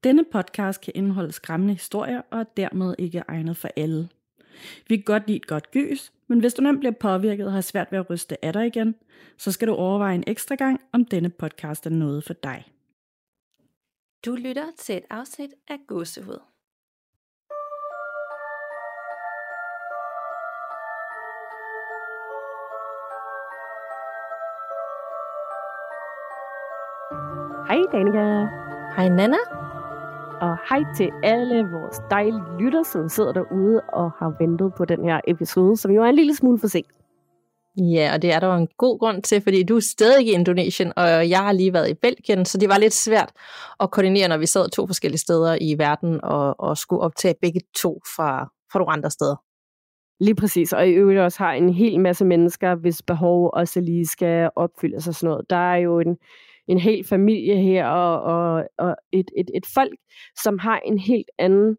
Denne podcast kan indeholde skræmmende historier og er dermed ikke egnet for alle. Vi kan godt lide et godt gys, men hvis du nemt bliver påvirket og har svært ved at ryste af dig igen, så skal du overveje en ekstra gang, om denne podcast er noget for dig. Du lytter til et afsnit af Gåsehud. Hej Danika. Hej Nana. Og hej til alle vores dejlige lytter, som sidder derude og har ventet på den her episode, som jo er en lille smule for sent. Ja, og det er der jo en god grund til, fordi du er stadig i Indonesien, og jeg har lige været i Belgien, så det var lidt svært at koordinere, når vi sad 2 forskellige steder i verden og skulle optage begge to fra nogle andre steder. Lige præcis, og i øvrigt også har en hel masse mennesker, hvis behov også lige skal opfyldes og sådan noget. Der er jo en hel familie her, og et folk, som har en helt anden,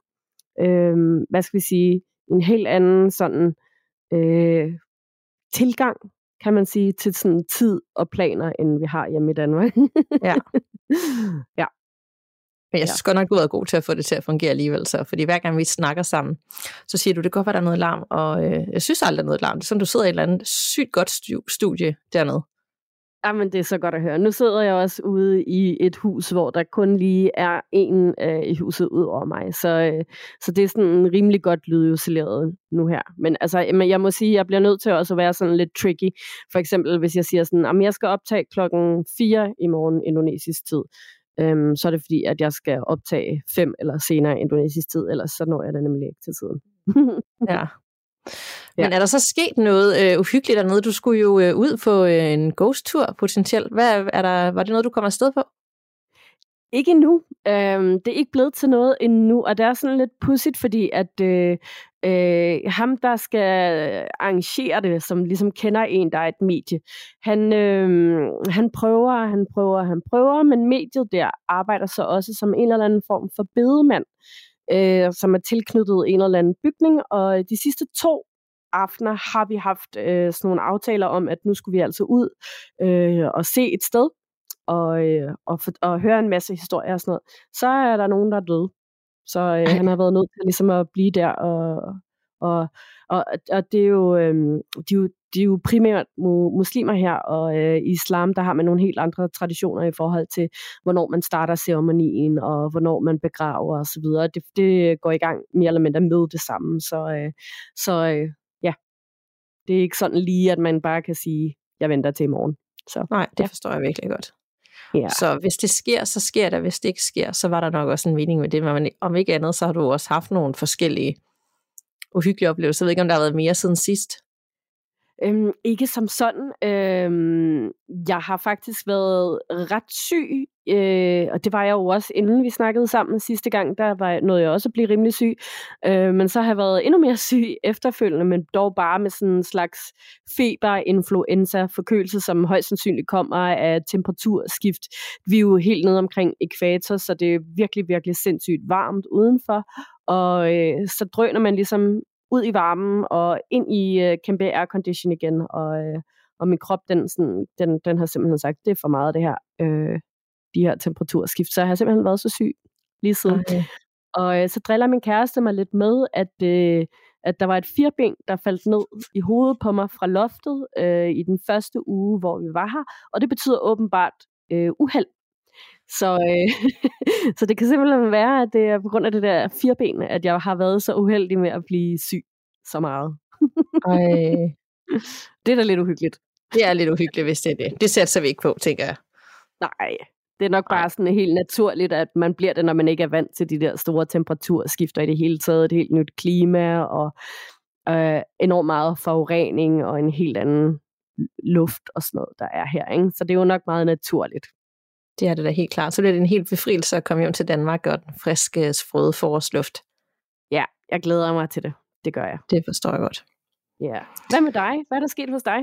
en helt anden sådan tilgang, kan man sige, til sådan tid og planer, end vi har hjemme i Danmark. Ja. Ja. Men jeg synes godt nok, du er god til at få det til at fungere alligevel, så, fordi hver gang vi snakker sammen, så siger du, det kan godt være, der er noget larm, og jeg synes aldrig, der er noget larm. Det er som, du sidder i et eller andet sygt godt studie dernede. Jamen, det er så godt at høre. Nu sidder jeg også ude i et hus, hvor der kun lige er en i huset ud over mig. Så det er sådan rimelig godt lydisoleret nu her. Men altså, jeg må sige, at jeg bliver nødt til også at være sådan lidt tricky. For eksempel, hvis jeg siger sådan, at jeg skal optage 4:00 i morgen indonesisk tid. Så er det fordi, at jeg skal optage 5 eller senere indonesisk tid, ellers så når jeg det nemlig ikke til tiden. Ja. Men er der så sket noget uhyggeligt dernede? Du skulle jo ud på en ghost-tur potentielt. Var det noget, du kom afsted på? Ikke endnu. Det er ikke blevet til noget endnu, og det er sådan lidt pudsigt, fordi at ham, der skal arrangere det, som ligesom kender en, der er et medie, han prøver, men mediet der arbejder så også som en eller anden form for bedemand, som er tilknyttet en eller anden bygning, og de sidste 2 aftener har vi haft sådan nogle aftaler om, at nu skulle vi altså ud og se et sted, og høre en masse historier og sådan noget. Så er der nogen, der er døde. Så han har været nødt til ligesom at blive der, og det er jo, de er jo primært muslimer her, og i islam, der har man nogle helt andre traditioner i forhold til, hvornår man starter ceremonien, og hvornår man begraver og så videre. Det går i gang mere eller mindre med det samme, så det er ikke sådan lige, at man bare kan sige, jeg venter til i morgen. Så, nej, det forstår jeg virkelig godt. Ja. Så hvis det sker, så sker det. Hvis det ikke sker, så var der nok også en mening med det. Men om ikke andet, så har du også haft nogle forskellige uhyggelige oplevelser. Jeg ved ikke, om der har været mere siden sidst. Ikke som sådan. Jeg har faktisk været ret syg, og det var jeg jo også, inden vi snakkede sammen sidste gang. Der nåede jeg også at blive rimelig syg. Men så har jeg været endnu mere syg efterfølgende, men dog bare med sådan en slags feber-influenza-forkølelse, som højst sandsynligt kommer af temperaturskift. Vi er jo helt nede omkring ækvator, så det er virkelig, virkelig sindssygt varmt udenfor. Og så drøner man ligesom ud i varmen og ind i kæmpe aircondition igen, og min krop, den har simpelthen sagt, det er for meget det her, de her temperaturskift, så jeg har simpelthen været så syg lige siden. Okay. Og så driller min kæreste mig lidt med, at der var et 4-ben, der faldt ned i hovedet på mig fra loftet i den første uge, hvor vi var her, og det betyder åbenbart uheld. Så det kan simpelthen være, at det er på grund af det der 4-ben, at jeg har været så uheldig med at blive syg så meget. Det er da lidt uhyggeligt. Det er lidt uhyggeligt, hvis det er det. Det sætter vi ikke på, tænker jeg. Nej, det er nok bare sådan helt naturligt, at man bliver det, når man ikke er vant til de der store temperaturskifter i det hele taget. Et helt nyt klima, og enormt meget forurening, og en helt anden luft og sådan noget, der er her. Ikke? Så det er jo nok meget naturligt. Det er det da helt klart. Så bliver det en helt befrielse at komme hjem til Danmark og den friske, frøde forårsluft. Ja, jeg glæder mig til det. Det gør jeg. Det forstår jeg godt. Ja. Hvad med dig? Hvad er der sket hos dig?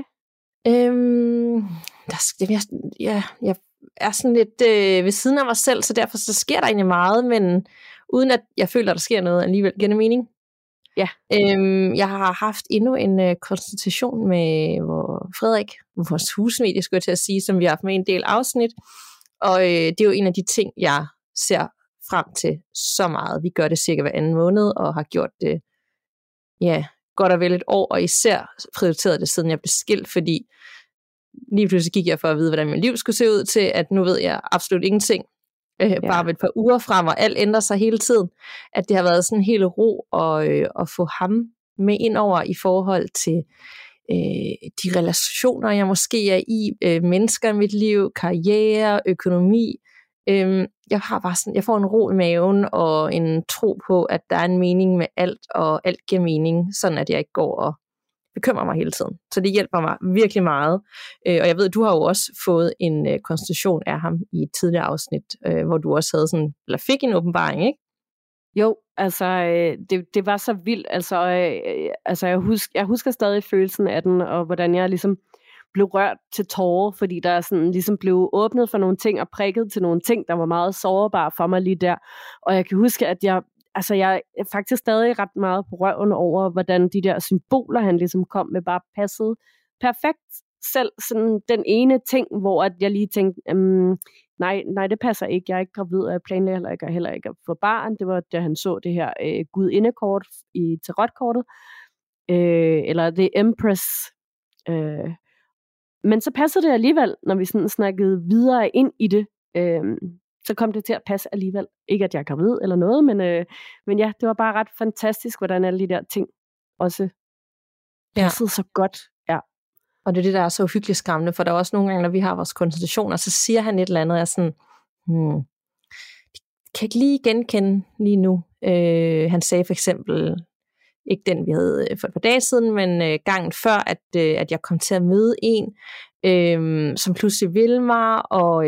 Jeg er sådan lidt ved siden af mig selv, så derfor så sker der egentlig meget, men uden at jeg føler, at der sker noget alligevel. Giver det mening? Ja. Jeg har haft endnu en konsultation med Frederik, vores husmedie, skulle jeg til at sige, som vi har haft med en del afsnit. Og det er jo en af de ting, jeg ser frem til så meget. Vi gør det cirka hver anden måned, og har gjort det, godt og vel et år, og især prioriteret det, siden jeg blev skilt, fordi lige pludselig gik jeg for at vide, hvordan mit liv skulle se ud, til at nu ved jeg absolut ingenting. Bare ved et par uger frem, og alt ændrer sig hele tiden. At det har været sådan en helt ro at få ham med ind over i forhold til de relationer, jeg måske er i, mennesker i mit liv, karriere, økonomi. Jeg får en ro i maven og en tro på, at der er en mening med alt, og alt giver mening, sådan at jeg ikke går og bekymrer mig hele tiden. Så det hjælper mig virkelig meget. Og jeg ved, du har jo også fået en konsultation af ham i et tidligere afsnit, hvor du også havde sådan, eller fik en åbenbaring, ikke? Jo, altså det var så vildt. Altså jeg husker stadig følelsen af den, og hvordan jeg ligesom blev rørt til tårer, fordi der sådan ligesom blev åbnet for nogle ting og prikket til nogle ting, der var meget sårbare for mig lige der. Og jeg kan huske, at jeg er faktisk stadig ret meget på røven over, hvordan de der symboler, han ligesom kom med, bare passede perfekt. Selv sådan den ene ting, hvor at jeg lige tænkte, nej, det passer ikke. Jeg er ikke gravid, og jeg planlægger heller ikke at få barn. Det var, da han så det her gudindekort i tarotkortet, eller The Empress. Men så passede det alligevel, når vi sådan snakkede videre ind i det. Så kom det til at passe alligevel. Ikke at jeg er gravid eller noget, men ja, det var bare ret fantastisk, hvordan alle de der ting også passede så godt. Ja. Og det er det, der er så uhyggeligt skræmmende, for der er også nogle gange, når vi har vores konsultationer, så siger han et eller andet, og jeg er sådan, kan ikke lige genkende lige nu. Han sagde for eksempel, ikke den vi havde for et par dage siden, men gangen før, at jeg kom til at møde en, som pludselig ville mig, og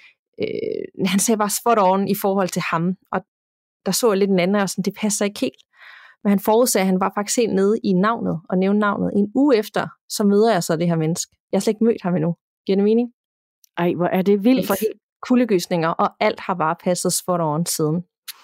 han sagde bare spot on i forhold til ham, og der så jeg lidt en anden, og sådan, det passer ikke helt. Men han forudsagde, at han var faktisk helt nede i navnet, og nævnte navnet. En uge efter, så møder jeg så det her menneske. Jeg har slet ikke mødt ham endnu. Giver det mening? Ej, hvor er det vildt. Jeg får helt kuldegysninger, og alt har bare passet spot on siden.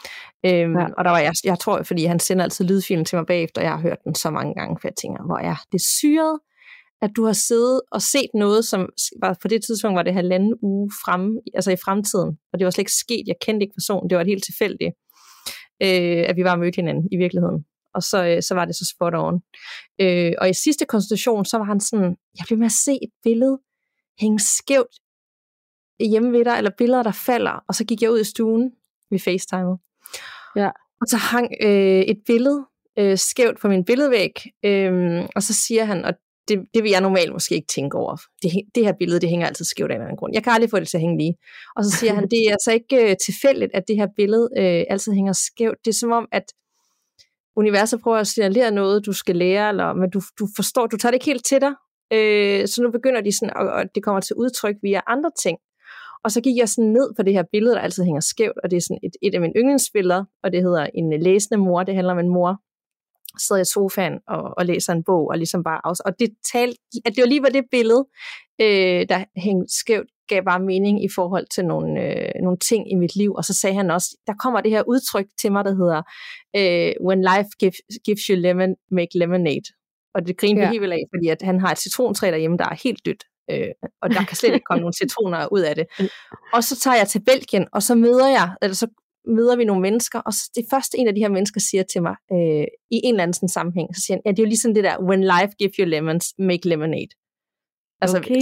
Og der var jeg tror, fordi han sender altid lydfilen til mig bagefter, og jeg har hørt den så mange gange, for jeg tænker, hvor er det syret, at du har siddet og set noget, som var, på det tidspunkt var det 1,5 uge fremme, altså i fremtiden, og det var slet ikke sket, jeg kendte ikke personen, det var helt tilfældigt, at vi bare mødte hinanden i virkeligheden, og så var det så spot on. Og i sidste konsultation, så var han sådan, jeg blev med at se et billede hænge skævt hjemme ved dig, eller billeder, der falder, og så gik jeg ud i stuen, vi FaceTimede, og så hang et billede skævt på min billedvæg, og så siger han, og det vil jeg normalt måske ikke tænke over. Det her billede, det hænger altid skævt af en anden grund. Jeg kan aldrig få det til at hænge lige. Og så siger han, det er altså ikke tilfældigt, at det her billede altid hænger skævt. Det er som om, at universet prøver at signalere noget, du skal lære, men du forstår, du tager det ikke helt til dig. Så nu begynder de sådan, og det kommer til udtryk via andre ting. Og så gik jeg sådan ned på det her billede, der altid hænger skævt, og det er sådan et af mine yndlingsbilleder, og det hedder En læsende mor. Det handler om en mor, sidder i sofaen og læser en bog, og ligesom bare og det talte, at det var lige var det billede, der hængte skævt, gav bare mening i forhold til nogle ting i mit liv, og så sagde han også, der kommer det her udtryk til mig, der hedder, when life gives you lemon, make lemonade, og det griner helt vildt af, fordi at han har et citrontræ derhjemme, der er helt dødt, og der kan slet ikke komme nogle citroner ud af det, og så tager jeg til Belgien, og så møder vi nogle mennesker, og det første en af de her mennesker siger til mig, i en eller anden sådan sammenhæng, så siger han, det er jo ligesom det der, when life gives you lemons, make lemonade. Altså, okay,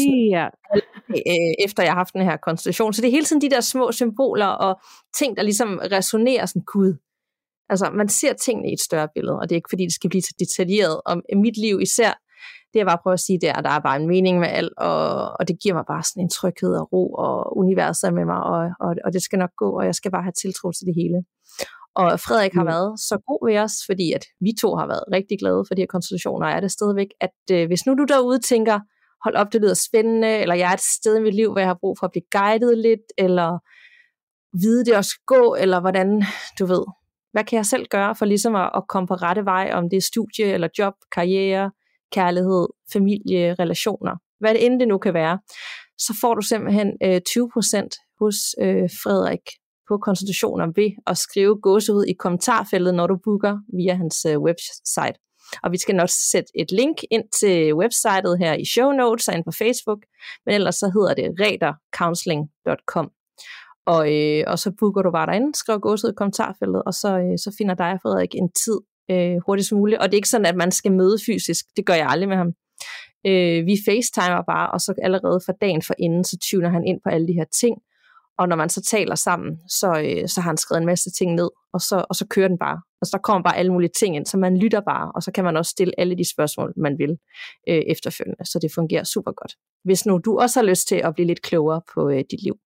efter jeg har haft den her konstellation. Så det er hele tiden de der små symboler, og ting, der ligesom resonerer sådan, Gud. Altså, man ser tingene i et større billede, og det er ikke fordi, det skal blive så detaljeret. Og mit liv især, det jeg bare prøver at sige, det er, at der er bare en mening med alt, og det giver mig bare sådan en tryghed og ro, og universet er med mig, og det skal nok gå, og jeg skal bare have tiltro til det hele. Og Frederik har været så god ved os, fordi at vi to har været rigtig glade for de her konsultationer, og er det stadigvæk, at hvis nu du derude tænker, hold op, det lyder spændende, eller jeg er et sted i mit liv, hvor jeg har brug for at blive guidet lidt, eller vide det også skal gå, eller hvordan, du ved, hvad kan jeg selv gøre for ligesom at komme på rette vej, om det er studie, eller job, karriere, kærlighed, familie, relationer, hvad det end det nu kan være, så får du simpelthen 20% hos Frederik på konsultationer ved at skrive gåsehud i kommentarfeltet, når du booker via hans website. Og vi skal nok sætte et link ind til websitet her i show notes og ind på Facebook, men ellers så hedder det redercounseling.com. Og så booker du bare derinde, skriver gåsehud i kommentarfeltet, og så finder dig og Frederik en tid hurtigst muligt. Og det er ikke sådan, at man skal møde fysisk. Det gør jeg aldrig med ham. Vi facetimer bare, og så allerede fra dagen forinden, så tuner han ind på alle de her ting. Og når man så taler sammen, så har han skrevet en masse ting ned, og så kører den bare. Og så kommer bare alle mulige ting ind, så man lytter bare, og så kan man også stille alle de spørgsmål, man vil efterfølgende. Så det fungerer super godt. Hvis nu du også har lyst til at blive lidt klogere på dit liv.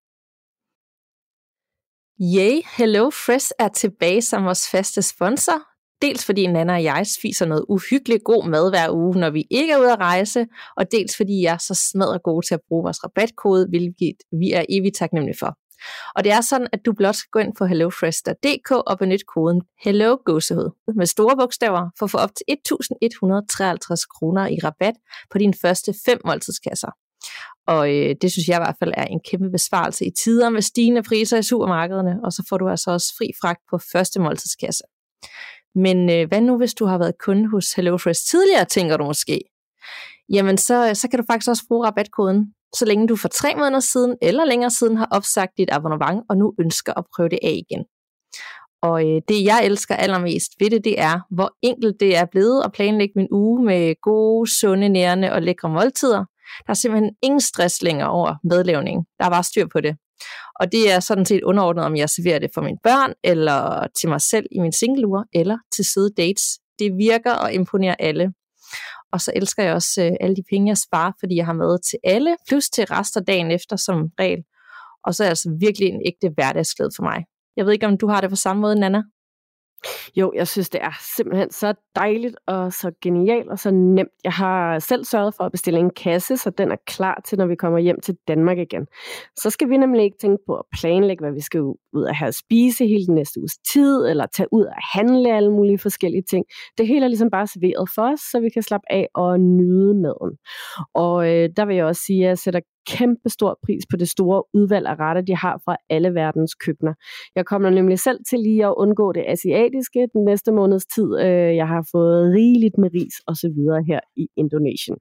Yay, HelloFresh er tilbage som vores faste sponsor. Dels fordi Nana og jeg spiser noget uhyggeligt god mad hver uge, når vi ikke er ude at rejse, og dels fordi jeg er så smadret gode til at bruge vores rabatkode, hvilket vi er evigt taknemmelige for. Og det er sådan, at du blot skal gå ind på hellofresh.dk og benytte koden HELLOGÅSEHUD med store bogstaver for at få op til 1.153 kroner i rabat på dine første 5 måltidskasser. Og det synes jeg i hvert fald er en kæmpe besparelse i tider med stigende priser i supermarkederne, og så får du altså også fri fragt på første måltidskasse. Men hvad nu, hvis du har været kunde hos HelloFresh tidligere, tænker du måske? Jamen, så kan du faktisk også bruge rabatkoden, så længe du for 3 måneder siden eller længere siden har opsagt dit abonnement, og nu ønsker at prøve det af igen. Og det, jeg elsker allermest ved det er, hvor enkelt det er blevet at planlægge min uge med gode, sunde, nærende og lækre måltider. Der er simpelthen ingen stress længere over madlavning. Der er bare styr på det. Og det er sådan set underordnet, om jeg serverer det for mine børn, eller til mig selv i min single-uge, eller til søde dates. Det virker og imponerer alle. Og så elsker jeg også alle de penge, jeg sparer, fordi jeg har mad til alle, plus til rester dagen efter som regel. Og så er det altså virkelig en ægte hverdagsglæde for mig. Jeg ved ikke, om du har det på samme måde, Nana? Jo, jeg synes, det er simpelthen så dejligt og så genialt og så nemt. Jeg har selv sørget for at bestille en kasse, så den er klar til, når vi kommer hjem til Danmark igen. Så skal vi nemlig ikke tænke på at planlægge, hvad vi skal ud og have at spise hele den næste uges tid, eller tage ud og handle alle mulige forskellige ting. Det hele er ligesom bare serveret for os, så vi kan slappe af og nyde maden. Og der vil jeg også sige, at jeg sætter kæmpe stor pris på det store udvalg af retter, de har fra alle verdens køkkener. Jeg kommer nemlig selv til lige at undgå det asiatiske den næste måneds tid. Jeg har fået rigeligt med ris og så videre her i Indonesien.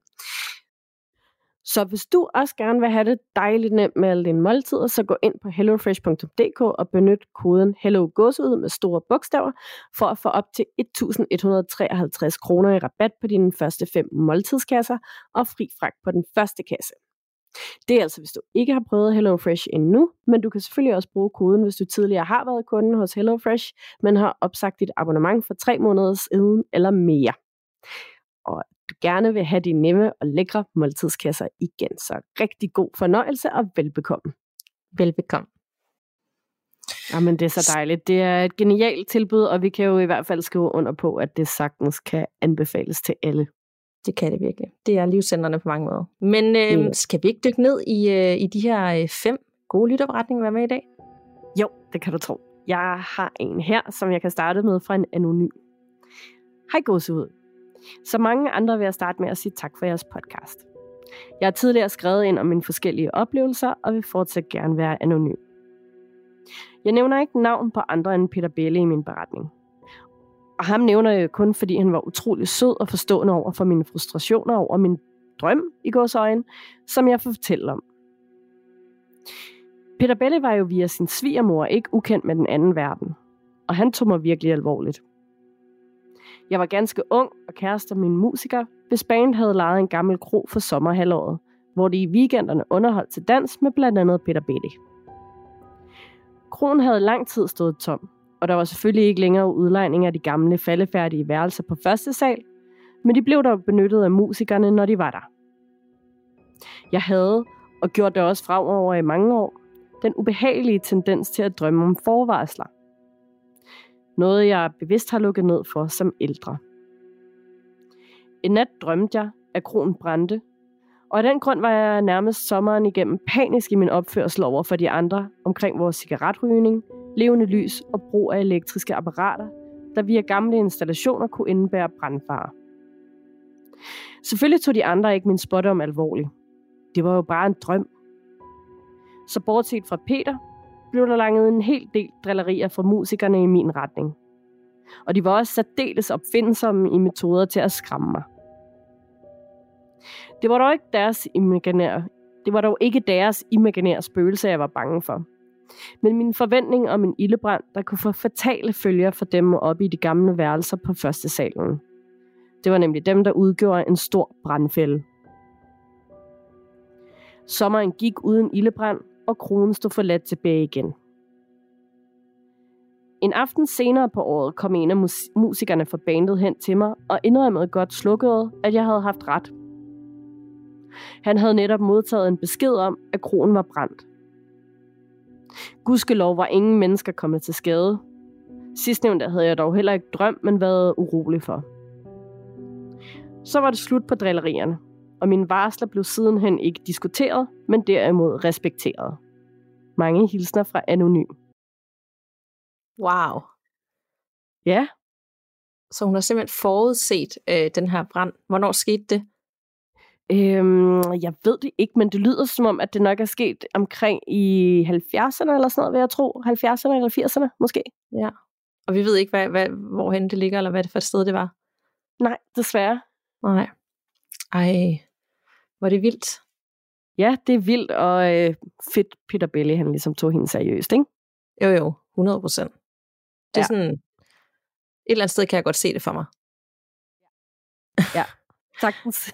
Så hvis du også gerne vil have det dejligt nemt med alle dine måltider, så gå ind på hellofresh.dk og benyt koden HELLOGÅSEHUD med store bogstaver for at få op til 1.153 kroner i rabat på dine første 5 måltidskasser og fri fragt på den første kasse. Det er altså, hvis du ikke har prøvet HelloFresh endnu, men du kan selvfølgelig også bruge koden, hvis du tidligere har været kunde hos HelloFresh, men har opsagt dit abonnement for 3 måneder siden eller mere. Og du gerne vil have de nemme og lækre måltidskasser igen. Så rigtig god fornøjelse og velbekomme. Velbekomme. Jamen, det er så dejligt. Det er et genialt tilbud, og vi kan jo i hvert fald skrive under på, at det sagtens kan anbefales til alle. Det kan det virkelig. Det er livscentrene på mange måder. Men skal vi ikke dykke ned i de her 5 gode lytterberetninger, hvad med i dag? Jo, det kan du tro. Jeg har en her, som jeg kan starte med fra en anonym. Hej gåsehud. Så mange andre vil jeg starte med at sige tak for jeres podcast. Jeg har tidligere skrevet ind om mine forskellige oplevelser, og vil fortsat gerne være anonym. Jeg nævner ikke navn på andre end Peter Belle i min beretning. Og ham nævner jeg kun, fordi han var utrolig sød og forstående over for mine frustrationer over min drøm i gåseøjne, som jeg får fortælle om. Peter Belle var jo via sin svigermor ikke ukendt med den anden verden, og han tog mig virkelig alvorligt. Jeg var ganske ung og kærester med en musiker, hvis band havde lejet en gammel kro for sommerhalvåret, hvor de i weekenderne underholdt til dans med blandt andet Peter Belle. Kroen havde lang tid stået tom, og der var selvfølgelig ikke længere udlejning af de gamle faldefærdige værelser på første sal, men de blev dog benyttet af musikerne, når de var der. Jeg havde, og gjorde det også fremover i mange år, den ubehagelige tendens til at drømme om forvarsler. Noget jeg bevidst har lukket ned for som ældre. En nat drømte jeg, at kroen brændte, og af den grund var jeg nærmest sommeren igennem panisk i min opførsel over for de andre omkring vores cigaretrygning, levende lys og brug af elektriske apparater, der via gamle installationer kunne indebære brandfare. Selvfølgelig tog de andre ikke min spådom alvorligt. Det var jo bare en drøm. Så bortset fra Peter, blev der langet en hel del drillerier fra musikerne i min retning. Og de var også særdeles opfindsomme i metoder til at skræmme mig. Det var dog ikke deres imaginære spøgelse, jeg var bange for. Men min forventning om en ildebrand, der kunne få fatale følger for dem oppe i de gamle værelser på første salen. Det var nemlig dem, der udgjorde en stor brandfælde. Sommeren gik uden ildebrand, og kronen stod forladt tilbage igen. En aften senere på året kom en af musikerne fra bandet hen til mig og indrømmede godt slukket, at jeg havde haft ret. Han havde netop modtaget en besked om, at kronen var brændt. Gudskelov var ingen mennesker kommet til skade. Sidstnævnte havde jeg dog heller ikke drømt, men været urolig for. Så var det slut på drillerierne, og mine varsler blev sidenhen ikke diskuteret, men derimod respekteret. Mange hilsner fra Anonym. Wow. Ja. Så hun har simpelthen forudset den her brand. Hvornår skete det? Jeg ved det ikke, men det lyder som om, at det nok er sket omkring i 70'erne eller sådan noget, vil jeg tro. 70'erne eller 80'erne måske. Ja. Og vi ved ikke, hvorhen det ligger, eller hvad det for et sted det var? Nej, desværre. Nej. Ej, var det vildt? Ja, det er vildt, og fedt Peter Belli, han ligesom tog hende seriøst, ikke? Jo, 100%. Det er sådan, et eller andet sted kan jeg godt se det for mig. Ja, sagtens.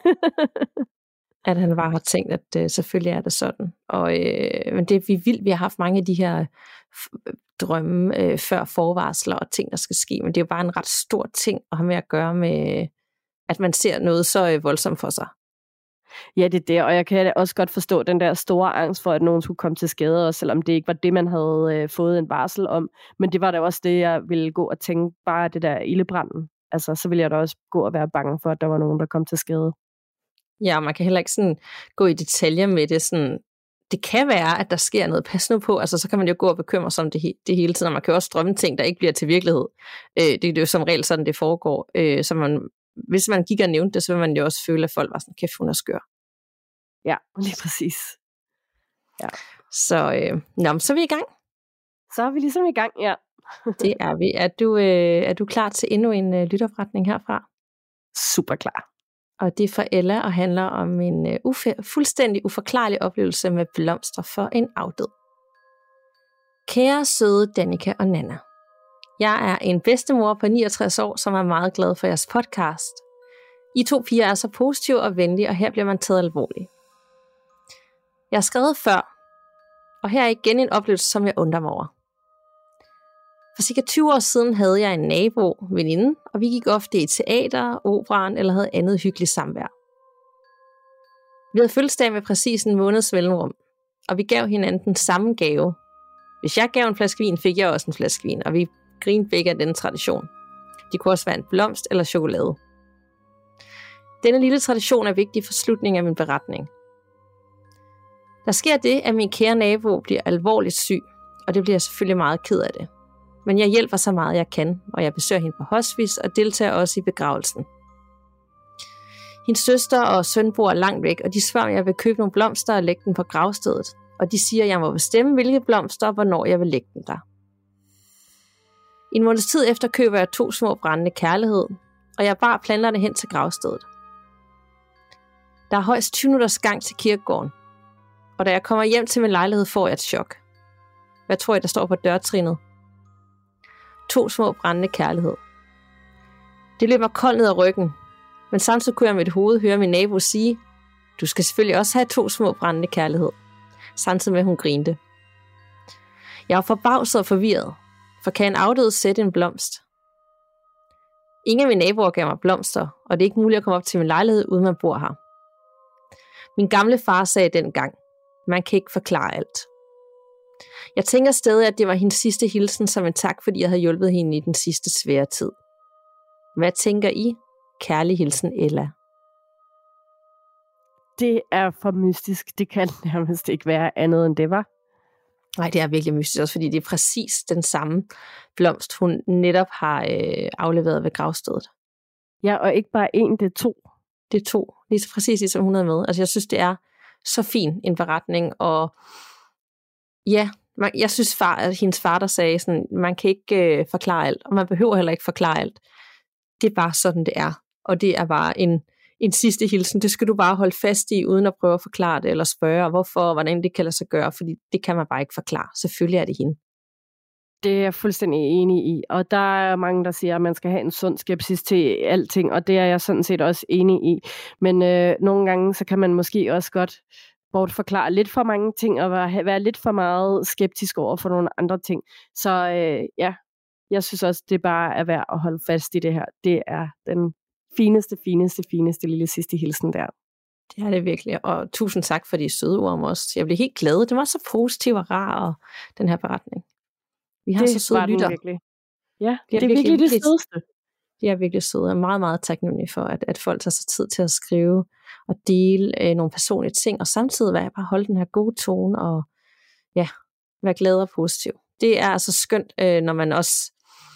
At han bare har tænkt, at selvfølgelig er det sådan. Og, men det er vildt, vi har haft mange af de her drømme før forvarsler og ting, der skal ske, men det er jo bare en ret stor ting at have med at gøre med, at man ser noget så voldsomt for sig. Ja, det er det, og jeg kan også godt forstå den der store angst for, at nogen skulle komme til skade, også selvom det ikke var det, man havde fået en varsel om. Men det var da også det, jeg ville gå og tænke, bare det der ildebranden. Altså, så ville jeg da også gå og være bange for, at der var nogen, der kom til skade. Ja, og man kan heller ikke sådan gå i detaljer med det. Sådan, det kan være, at der sker noget. Pas nu på, altså så kan man jo gå og bekymre sig om det hele tiden, og man kan jo også drømme ting, der ikke bliver til virkelighed. Det er jo som regel sådan, det foregår. Så hvis man gik og nævnte det, så vil man jo også føle, at folk var sådan, kæft, hun er skør. Ja, lige præcis. Ja. Så så er vi i gang. Så er vi ligesom i gang, ja. Det er vi. Er du klar til endnu en lytopretning herfra? Super klar. Og det er fra Ella og handler om en fuldstændig uforklarlig oplevelse med blomster for en afdød. Kære søde Danika og Nana. Jeg er en bedstemor på 69 år, som er meget glad for jeres podcast. I to piger er så positive og venlige, og her bliver man taget alvorligt. Jeg har skrevet før, og her er igen en oplevelse, som jeg undrer mig over. For cirka 20 år siden havde jeg en veninde, og vi gik ofte i teater, operaen eller havde andet hyggeligt samvær. Vi havde fødselsdag med præcis en måneds mellemrum, og vi gav hinanden den samme gave. Hvis jeg gav en flaske vin, fik jeg også en flaske vin, og vi grinede begge af denne tradition. Det kunne også være en blomst eller chokolade. Denne lille tradition er vigtig for slutningen af min beretning. Der sker det, at min kære nabo bliver alvorligt syg, og det bliver jeg selvfølgelig meget ked af det. Men jeg hjælper så meget jeg kan, og jeg besøger hende på hospice og deltager også i begravelsen. Hendes søster og søn bor langt væk, og de spørger, om jeg vil købe nogle blomster og lægge dem på gravstedet. Og de siger, at jeg må bestemme, hvilke blomster og hvornår jeg vil lægge dem der. En måneds tid efter køber jeg 2 små brændende kærlighed, og jeg bare planterne hen til gravstedet. Der er højst 20 minutters gang til kirkegården, og da jeg kommer hjem til min lejlighed, får jeg et chok. Hvad tror I, der står på dørtrinet? 2 små brændende kærlighed. Det løb mig koldt ned ad ryggen, men samtidig kunne jeg med et hoved høre min nabo sige, du skal selvfølgelig også have 2 små brændende kærlighed, samtidig med at hun grinte. Jeg var forbavset og forvirret, for kan en afdød sætte en blomst? Ingen af mine naboer gav mig blomster, og det er ikke muligt at komme op til min lejlighed, uden man bor her. Min gamle far sagde dengang, man kan ikke forklare alt. Jeg tænker stadig, at det var hendes sidste hilsen som en tak, fordi jeg havde hjulpet hende i den sidste svære tid. Hvad tænker I? Kærlig hilsen, Ella. Det er for mystisk. Det kan nærmest ikke være andet end det, var. Nej, det er virkelig mystisk også, fordi det er præcis den samme blomst, hun netop har afleveret ved gravstedet. Ja, og ikke bare en, det er 2. Det er 2, lige præcis ligesom hun havde med. Altså jeg synes, det er så fin en beretning, og ja, jeg synes, at hendes far, der sagde sådan, man kan ikke forklare alt, og man behøver heller ikke forklare alt. Det er bare sådan, det er. Og det er bare en sidste hilsen. Det skal du bare holde fast i, uden at prøve at forklare det, eller spørge, hvorfor og hvordan det kan lade sig gøre, fordi det kan man bare ikke forklare. Selvfølgelig er det hende. Det er jeg fuldstændig enig i, og der er mange, der siger, at man skal have en sund skepsis til alting, og det er jeg sådan set også enig i. Men nogle gange, så kan man måske også godt bortforklare lidt for mange ting, og være lidt for meget skeptisk over for nogle andre ting. Så jeg synes også, det bare er værd at holde fast i det her. Det er den fineste lille sidste hilsen der. Det er det virkelig, og tusind tak for de søde ord om os. Jeg blev helt glad. Det var så positiv og rar, den her beretning. Vi har så søde lytter. Ja, det er virkelig det sødeste. De er virkelig søde. Jeg er meget, meget taknemmelig for, at folk tager sig tid til at skrive og dele nogle personlige ting, og samtidig bare holde den her gode tone og være glad og positiv. Det er altså skønt, når man også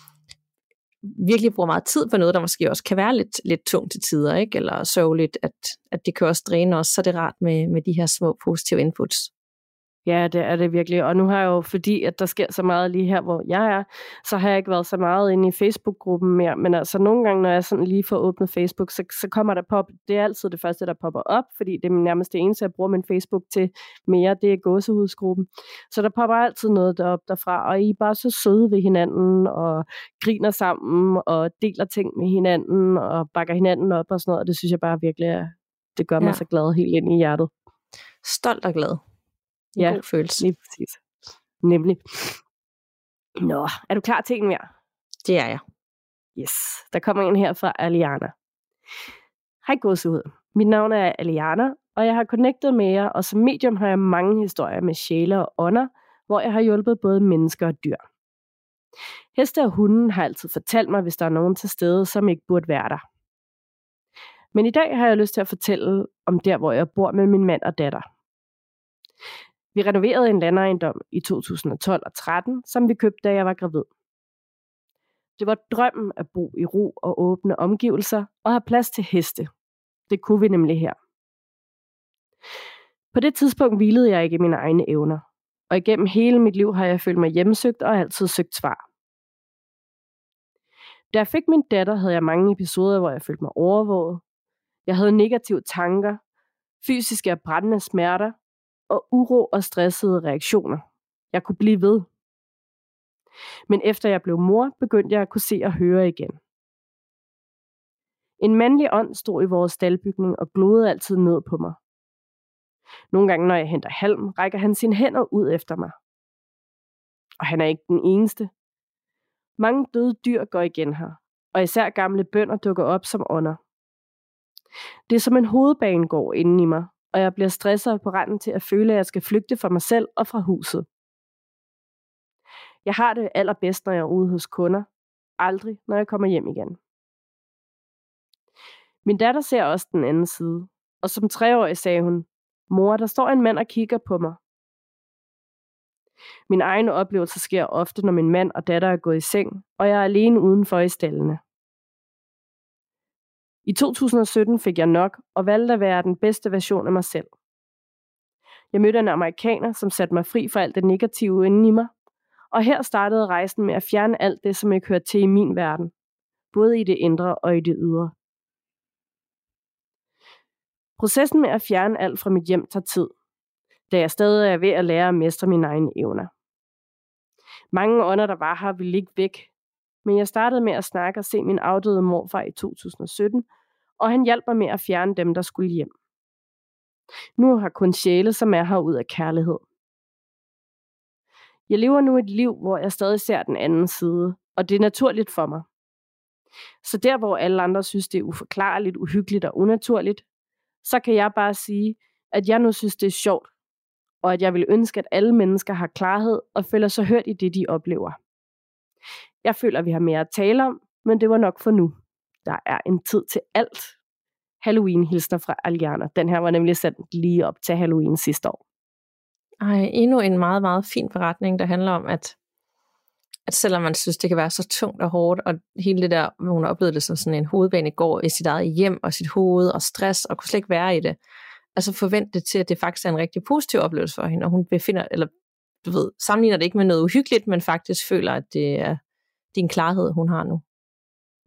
virkelig bruger meget tid på noget, der måske også kan være lidt tungt til tider, ikke? Eller sørgeligt, at det kan også dræne os, så det er rart med de her små positive inputs. Ja, det er det virkelig. Og nu har jeg jo, fordi at der sker så meget lige her, hvor jeg er, så har jeg ikke været så meget inde i Facebook-gruppen mere. Men altså nogle gange, når jeg sådan lige får åbnet Facebook, så kommer der pop. Det er altid det første, der popper op, fordi det er nærmest det eneste, jeg bruger min Facebook til mere. Det er gåsehudsgruppen. Så der popper altid noget derop derfra, og I er bare så søde ved hinanden, og griner sammen, og deler ting med hinanden, og bakker hinanden op og sådan noget. Og det synes jeg bare virkelig, det gør mig så glad helt ind i hjertet. Stolt og glad. Ja, god følelse. Lige præcis. Nemlig. Nå, er du klar til en mere? Det er jeg. Yes, der kommer en her fra Aliana. Hej gåsehud. Mit navn er Aliana, og jeg har connectet med jer, og som medium har jeg mange historier med sjæle og ånder, hvor jeg har hjulpet både mennesker og dyr. Heste og hunden har altid fortalt mig, hvis der er nogen til stede, som ikke burde være der. Men i dag har jeg lyst til at fortælle om der, hvor jeg bor med min mand og datter. Vi renoverede en landejendom i 2012 og 13, som vi købte, da jeg var gravid. Det var drømmen at bo i ro og åbne omgivelser og have plads til heste. Det kunne vi nemlig her. På det tidspunkt hvilede jeg ikke i mine egne evner, og igennem hele mit liv har jeg følt mig hjemmesøgt og altid søgt svar. Da jeg fik min datter, havde jeg mange episoder, hvor jeg følte mig overvåget. Jeg havde negative tanker, fysiske og brændende smerter, og uro og stressede reaktioner. Jeg kunne blive ved. Men efter jeg blev mor, begyndte jeg at kunne se og høre igen. En mandlig ånd stod i vores staldbygning og glodede altid ned på mig. Nogle gange, når jeg henter halm, rækker han sine hænder ud efter mig. Og han er ikke den eneste. Mange døde dyr går igen her, og især gamle bønder dukker op som ånder. Det er som en hovedbanegård inde i mig, og jeg bliver stresset på randen til at føle, at jeg skal flygte fra mig selv og fra huset. Jeg har det allerbedst, når jeg er ude hos kunder. Aldrig, når jeg kommer hjem igen. Min datter ser også den anden side, og som 3-årig sagde hun, mor, der står en mand og kigger på mig. Min egen oplevelse sker ofte, når min mand og datter er gået i seng, og jeg er alene udenfor i staldene. I 2017 fik jeg nok og valgte at være den bedste version af mig selv. Jeg mødte en amerikaner, som satte mig fri fra alt det negative inde i mig, og her startede rejsen med at fjerne alt det, som ikke hører til i min verden, både i det indre og i det ydre. Processen med at fjerne alt fra mit hjem tager tid, da jeg stadig er ved at lære at mestre mine egne evner. Mange ånder, der var her, ville ikke væk, men jeg startede med at snakke og se min afdøde morfar i 2017, og han hjalp mig med at fjerne dem, der skulle hjem. Nu har kun sjæle, som er her ud af kærlighed. Jeg lever nu et liv, hvor jeg stadig ser den anden side, og det er naturligt for mig. Så der, hvor alle andre synes, det er uforklarligt, uhyggeligt og unaturligt, så kan jeg bare sige, at jeg nu synes, det er sjovt, og at jeg vil ønske, at alle mennesker har klarhed og føler sig hørt i det, de oplever. Jeg føler, at vi har mere at tale om, men det var nok for nu. Der er en tid til alt. Halloween-hilsner fra Aliana. Den her var nemlig sendt lige op til Halloween sidste år. Endnu en meget, meget fin beretning, der handler om, at selvom man synes, det kan være så tungt og hårdt, og hele det der, hun har oplevet det som sådan en hovedbanegård i sit eget hjem og sit hoved og stress, og kunne slet ikke være i det. Altså forvent det til, at det faktisk er en rigtig positiv oplevelse for hende, og hun befinder, eller du ved, sammenligner det ikke med noget uhyggeligt, men faktisk føler, at det er en klarhed, hun har nu.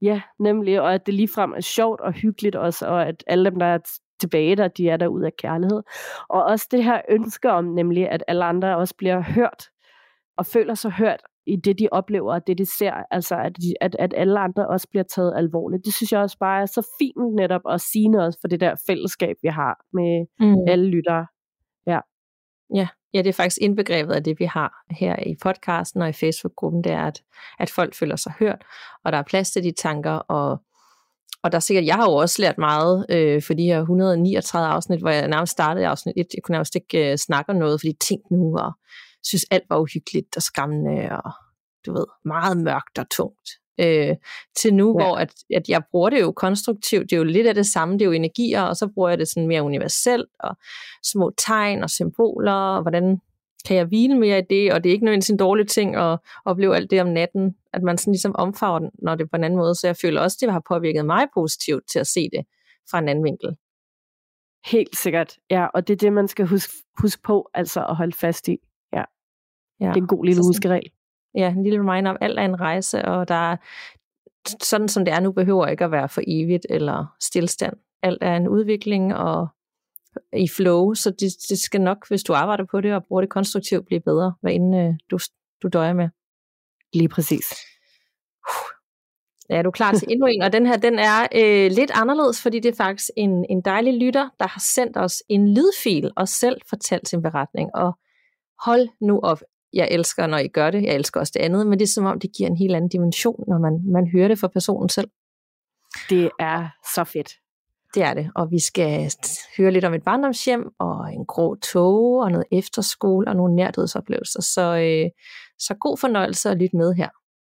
Ja, nemlig, og at det ligefrem er sjovt og hyggeligt også, og at alle dem, der er tilbage der, de er der ud af kærlighed. Og også det her ønske om, nemlig, at alle andre også bliver hørt, og føler sig hørt i det, de oplever, og det, de ser, altså at alle andre også bliver taget alvorligt. Det synes jeg også bare er så fint netop at sige også for det der fællesskab, vi har med alle lyttere. Ja, det er faktisk indbegrebet af det, vi har her i podcasten og i Facebook-gruppen, det er, at folk føler sig hørt, og der er plads til de tanker, og der er sikkert, jeg har jo også lært meget for de her 139 afsnit, hvor jeg nærmest startede i afsnit 1, jeg kunne nærmest ikke snakke om noget, fordi tænk nu, og synes alt var uhyggeligt og skræmmende, og du ved, meget mørkt og tungt. Til nu, hvor at jeg bruger det jo konstruktivt, det er jo lidt af det samme, det er jo energier, og så bruger jeg det sådan mere universelt, og små tegn og symboler, og hvordan kan jeg hvile mere i det, og det er ikke nødvendigvis en dårlig ting at opleve alt det om natten, at man sådan ligesom omfavner den, når det er på en anden måde, så jeg føler også, det har påvirket mig positivt til at se det fra en anden vinkel. Helt sikkert, ja, og det er det, man skal huske på, altså at holde fast i. Ja. Det er en god lille huskeregel. Ja, en lille reminder om, alt er en rejse, og der er, sådan som det er nu, behøver ikke at være for evigt eller stillestand. Alt er en udvikling og i flow, så det skal nok, hvis du arbejder på det og bruger det konstruktivt, blive bedre, hvad end du døjer med. Lige præcis. Ja, du er klar til endnu en, og den her, den er lidt anderledes, fordi det er faktisk en dejlig lytter, der har sendt os en lydfil og selv fortalt sin beretning, og hold nu op. Jeg elsker, når I gør det. Jeg elsker også det andet, men det er som om, det giver en helt anden dimension, når man hører det fra personen selv. Det er så fedt. Det er det, og vi skal høre lidt om et barndomshjem, og en grå tåge, og noget efterskole, og nogle nærdødsoplevelser. Så god fornøjelse at lytte med her.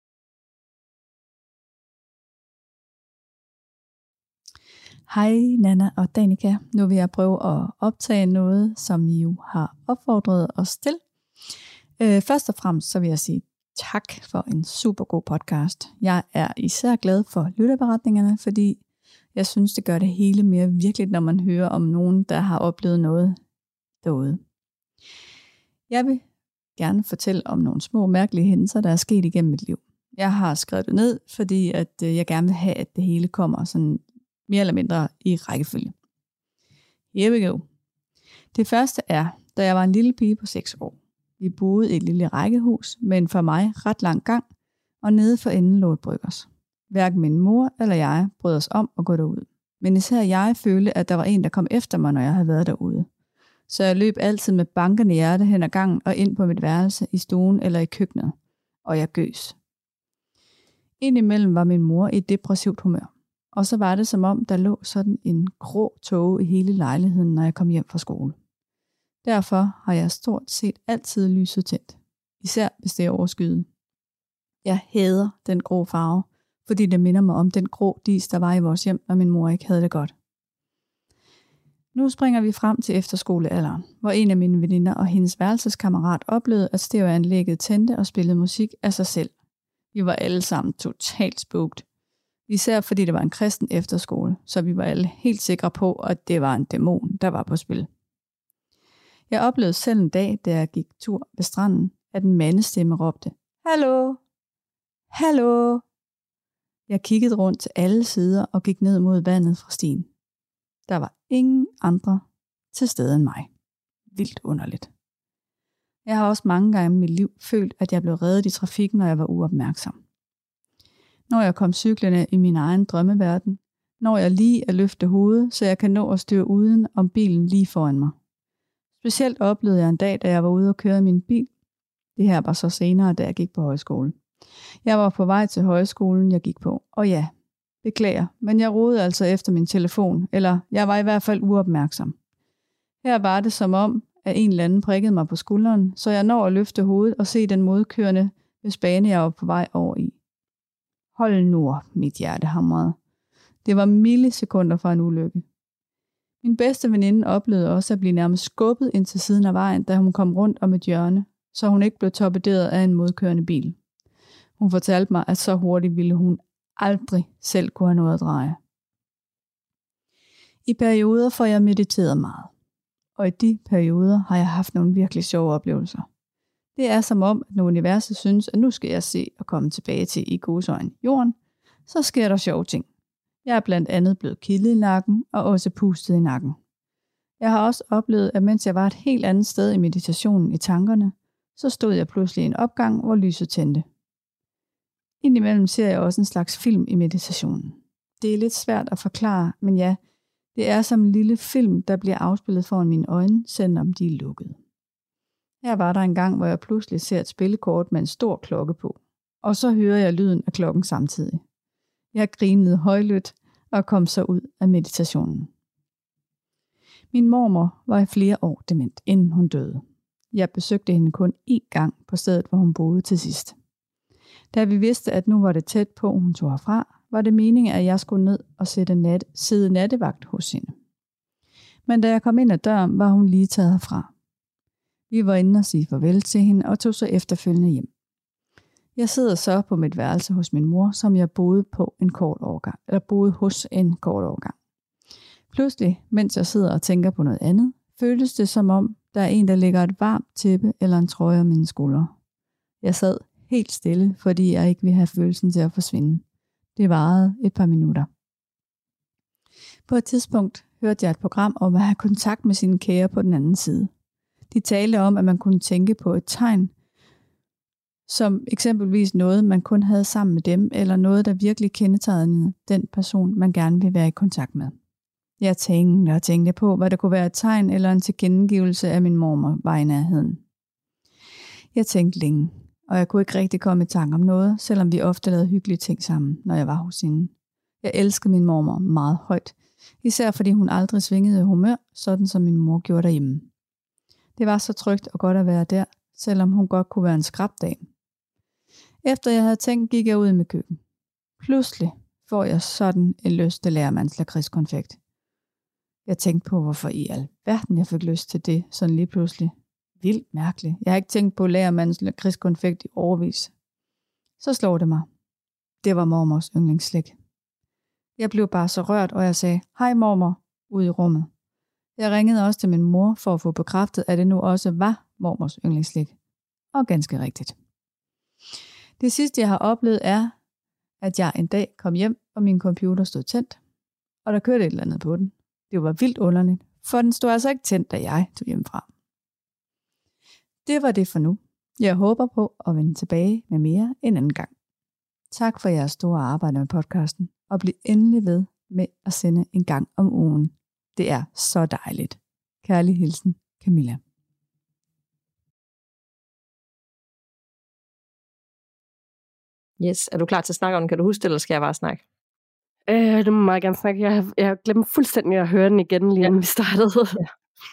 Hej Nana og Danika. Nu vil jeg prøve at optage noget, som I jo har opfordret os til. Først og fremmest så vil jeg sige tak for en super god podcast. Jeg er især glad for lytterberetningerne, fordi jeg synes, det gør det hele mere virkeligt, når man hører om nogen, der har oplevet noget derude. Jeg vil gerne fortælle om nogle små mærkelige hændelser, der er sket igennem mit liv. Jeg har skrevet det ned, fordi at jeg gerne vil have, at det hele kommer sådan mere eller mindre i rækkefølge. Here we go. Det første er, da jeg var en lille pige på 6 år. Vi boede i et lille rækkehus med en for mig ret lang gang, og nede for enden lå et bryggers. Hverken min mor eller jeg brød os om at gå derud. Men især jeg følte, at der var en, der kom efter mig, når jeg havde været derude. Så jeg løb altid med bankende hjerte hen ad gangen og ind på mit værelse i stuen eller i køkkenet. Og jeg gøs. Indimellem var min mor i et depressivt humør. Og så var det som om, der lå sådan en grå tåge i hele lejligheden, når jeg kom hjem fra skole. Derfor har jeg stort set altid lyset tændt. Især hvis det er overskyet. Jeg hader den grå farve, fordi det minder mig om den grå dis, der var i vores hjem, når min mor ikke havde det godt. Nu springer vi frem til efterskolealderen, hvor en af mine veninder og hendes værelseskammerat oplevede, at stereoanlægget tændte og spillede musik af sig selv. Vi var alle sammen totalt spooked. Især fordi det var en kristen efterskole, så vi var alle helt sikre på, at det var en dæmon, der var på spil. Jeg oplevede selv en dag, da jeg gik tur ved stranden, at en mandestemme råbte, "Hallo! Hallo!" Jeg kiggede rundt til alle sider og gik ned mod vandet fra stien. Der var ingen andre til stede end mig. Vildt underligt. Jeg har også mange gange i mit liv følt, at jeg blev reddet i trafikken, når jeg var uopmærksom. Når jeg kom cyklende i min egen drømmeverden, når jeg lige at løfte hovedet, så jeg kan nå at styre uden om bilen lige foran mig. Specielt oplevede jeg en dag, da jeg var ude og køre min bil. Det her var så senere, da jeg gik på højskole. Jeg var på vej til højskolen, jeg gik på. Og ja, beklager, men jeg rodede altså efter min telefon, eller jeg var i hvert fald uopmærksom. Her var det som om, at en eller anden prikkede mig på skulderen, så jeg når at løfte hovedet og se den modkørende hvis bane, jeg var på vej over i. Hold nu op, mit hjerte hamrede. Det var millisekunder fra en ulykke. Min bedste veninde oplevede også at blive nærmest skubbet ind til siden af vejen, da hun kom rundt om et hjørne, så hun ikke blev torpederet af en modkørende bil. Hun fortalte mig, at så hurtigt ville hun aldrig selv kunne have noget at dreje. I perioder får jeg mediteret meget, og i de perioder har jeg haft nogle virkelig sjove oplevelser. Det er som om, at når universet synes, at nu skal jeg se og komme tilbage til i godsøjne jorden, Så sker der sjove ting. Jeg er blandt andet blevet kildet i nakken og også pustet i nakken. Jeg har også oplevet, at mens jeg var et helt andet sted i meditationen i tankerne, så stod jeg pludselig i en opgang, hvor lyset tændte. Indimellem ser jeg også en slags film i meditationen. Det er lidt svært at forklare, men ja, det er som en lille film, der bliver afspillet foran mine øjne, selvom de er lukkede. Her var der en gang, hvor jeg pludselig ser et spillekort med en stor klokke på, og så hører jeg lyden af klokken samtidig. Jeg grinede højlydt og kom så ud af meditationen. Min mormor var i flere år dement, inden hun døde. Jeg besøgte hende kun én gang på stedet, hvor hun boede til sidst. Da vi vidste, at nu var det tæt på, hun tog herfra, var det meningen, at jeg skulle ned og sidde nattevagt hos hende. Men da jeg kom ind ad døren, var hun lige taget herfra. Vi var inde og sige farvel til hende og tog så efterfølgende hjem. Jeg sidder så på mit værelse hos min mor, som jeg boede hos en kort overgang. Pludselig, mens jeg sidder og tænker på noget andet, føles det som om, der er en, der lægger et varmt tæppe eller en trøje om mine skuldre. Jeg sad helt stille, fordi jeg ikke ville have følelsen til at forsvinde. Det varede et par minutter. På et tidspunkt hørte jeg et program om at have kontakt med sine kære på den anden side. De talte om, at man kunne tænke på et tegn, som eksempelvis noget, man kun havde sammen med dem, eller noget, der virkelig kendetegnede den person, man gerne vil være i kontakt med. Jeg tænkte på, hvad der kunne være et tegn eller en tilkendegivelse af min mormor var i nærheden. Jeg tænkte længe, og jeg kunne ikke rigtig komme i tanke om noget, selvom vi ofte lavede hyggelige ting sammen, når jeg var hos hende. Jeg elskede min mormor meget højt, især fordi hun aldrig svingede humør, sådan som min mor gjorde derhjemme. Det var så trygt og godt at være der, selvom hun godt kunne være en skrabdag. Efter jeg havde tænkt, gik jeg ud i mit køkken. Pludselig får jeg sådan en lyst til Lærmanns lakridskonfekt. Jeg tænkte på, hvorfor i alverden jeg fik lyst til det, sådan lige pludselig. Vildt mærkeligt. Jeg har ikke tænkt på Lærmanns lakridskonfekt i årevis. Så slår det mig. Det var mormors yndlingsslik. Jeg blev bare så rørt, og jeg sagde, hej mormor, ude i rummet. Jeg ringede også til min mor for at få bekræftet, at det nu også var mormors yndlingsslik. Og ganske rigtigt. Det sidste, jeg har oplevet, er, at jeg en dag kom hjem, og min computer stod tændt, og der kørte et eller andet på den. Det var vildt underligt, for den stod altså ikke tændt, da jeg tog hjemmefra. Det var det for nu. Jeg håber på at vende tilbage med mere en anden gang. Tak for jeres store arbejde med podcasten, og bliv endelig ved med at sende en gang om ugen. Det er så dejligt. Kærlig hilsen, Camilla. Yes, er du klar til at snakke om den? Kan du huske det, eller skal jeg bare snakke? Det må meget gerne snakke. Jeg har glemt fuldstændig at høre den igen, lige inden vi startede. Ja.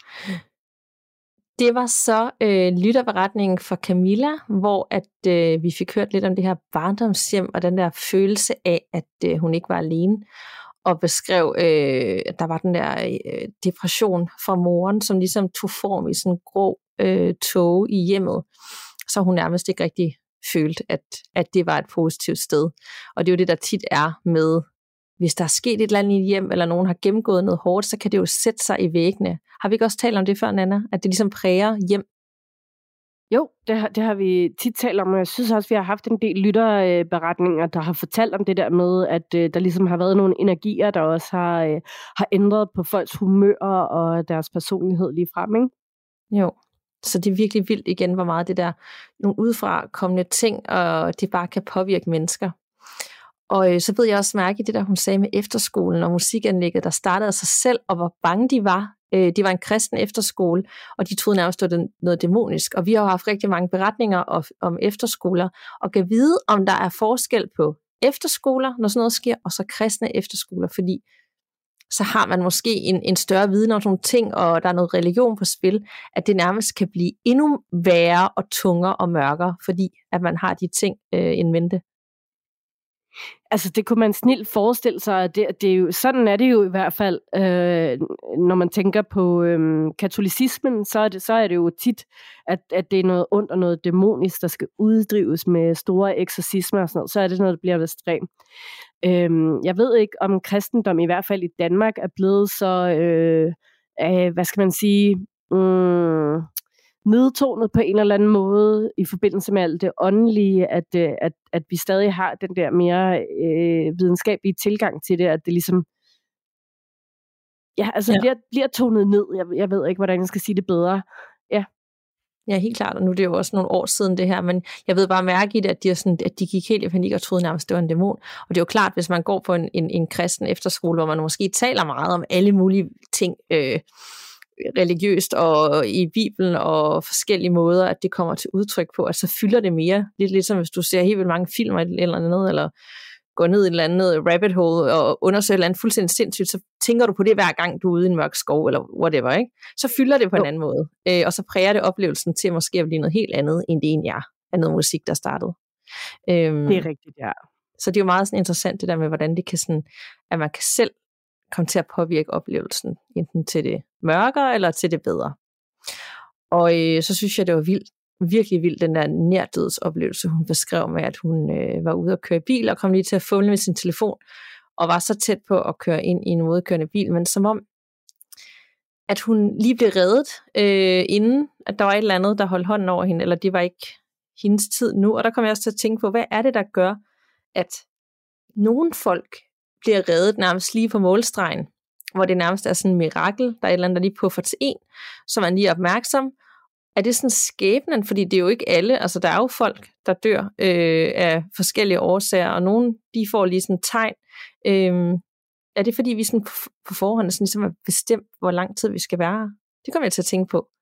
Det var så lytterberetningen for Camilla, hvor vi fik hørt lidt om det her barndomshjem, og den der følelse af, at hun ikke var alene, og beskrev, at der var den der depression fra moren, som ligesom tog form i sådan en grå tåge i hjemmet, så hun nærmest ikke rigtig følte, at det var et positivt sted. Og det er jo det, der tit er med, hvis der er sket et eller andet i hjem, eller nogen har gennemgået noget hårdt, så kan det jo sætte sig i væggene. Har vi ikke også talt om det før, Nanna? At det ligesom præger hjem? Jo, det har vi tit talt om, og jeg synes også, vi har haft en del lytterberetninger, der har fortalt om det der med, at der ligesom har været nogle energier, der også har ændret på folks humør og deres personlighed lige frem, ikke? Jo, så det er virkelig vildt igen, hvor meget det der nogle udefra kommende ting, og det bare kan påvirke mennesker. Og så ved jeg også mærke i det der, hun sagde med efterskolen og musikanlægget, der startede af sig selv, og hvor bange de var. Det var en kristen efterskole, og de troede nærmest, det var noget dæmonisk. Og vi har jo haft rigtig mange beretninger om efterskoler, og kan vide, om der er forskel på efterskoler, når sådan noget sker, og så kristne efterskoler, fordi så har man måske en større viden om nogle ting, og der er noget religion på spil, at det nærmest kan blive endnu værre og tungere og mørkere, fordi at man har de ting in mente. Altså det kunne man snilt forestille sig, det er jo, sådan er det jo i hvert fald, når man tænker på katolicismen, så er det jo tit, at det er noget ondt og noget dæmonisk, der skal uddrives med store eksorcismer og sådan noget, så er det noget, der bliver ekstremt. Jeg ved ikke, om kristendom i hvert fald i Danmark er blevet så, hvad skal man sige, nedtonet på en eller anden måde i forbindelse med alt det åndelige, at vi stadig har den der mere videnskabelige tilgang til det, at det ligesom bliver tonet ned. Jeg ved ikke, hvordan jeg skal sige det bedre. Ja, helt klart, og nu er det jo også nogle år siden det her, men jeg ved bare mærke i det, at de gik helt i panik og troede nærmest, det var en dæmon. Og det er jo klart, hvis man går på en kristen efterskole, hvor man måske taler meget om alle mulige ting, religiøst og i Bibelen og forskellige måder, at det kommer til udtryk på, at så fylder det mere. Lidt ligesom hvis du ser helt vildt mange film eller andet, eller går ned i et eller andet rabbit hole og undersøger et eller andet fuldstændig sindssygt, så tænker du på det hver gang, du er ude i en mørk skov, eller whatever, ikke? Så fylder det på en anden måde. Og så præger det oplevelsen til måske at blive noget helt andet, end det egentlig er, af noget musik, der startede. Det er rigtigt, ja. Så det er jo meget sådan interessant, det der med, hvordan det kan sådan, at man kan selv komme til at påvirke oplevelsen, enten til det mørkere, eller til det bedre. Og så synes jeg, det var virkelig vildt, den der nærdødsoplevelse, hun beskrev med, at hun var ude at køre i bil, og kom lige til at fumle med sin telefon, og var så tæt på at køre ind i en modkørende bil, men som om, at hun lige blev reddet, inden at der var et eller andet, der holdt hånden over hende, eller det var ikke hendes tid nu, og der kom jeg også til at tænke på, hvad er det, der gør, at nogle folk bliver reddet nærmest lige på målstregen, hvor det nærmest er sådan en mirakel, der er et eller andet, der lige puffer til en, så man lige er opmærksom. Er det sådan skæbnen? Fordi det er jo ikke alle, altså der er jo folk, der dør af forskellige årsager, og nogen, de får lige sådan et tegn. Er det fordi, vi sådan på forhånd sådan ligesom har bestemt, hvor lang tid vi skal være her? Det kommer jeg til at tænke på.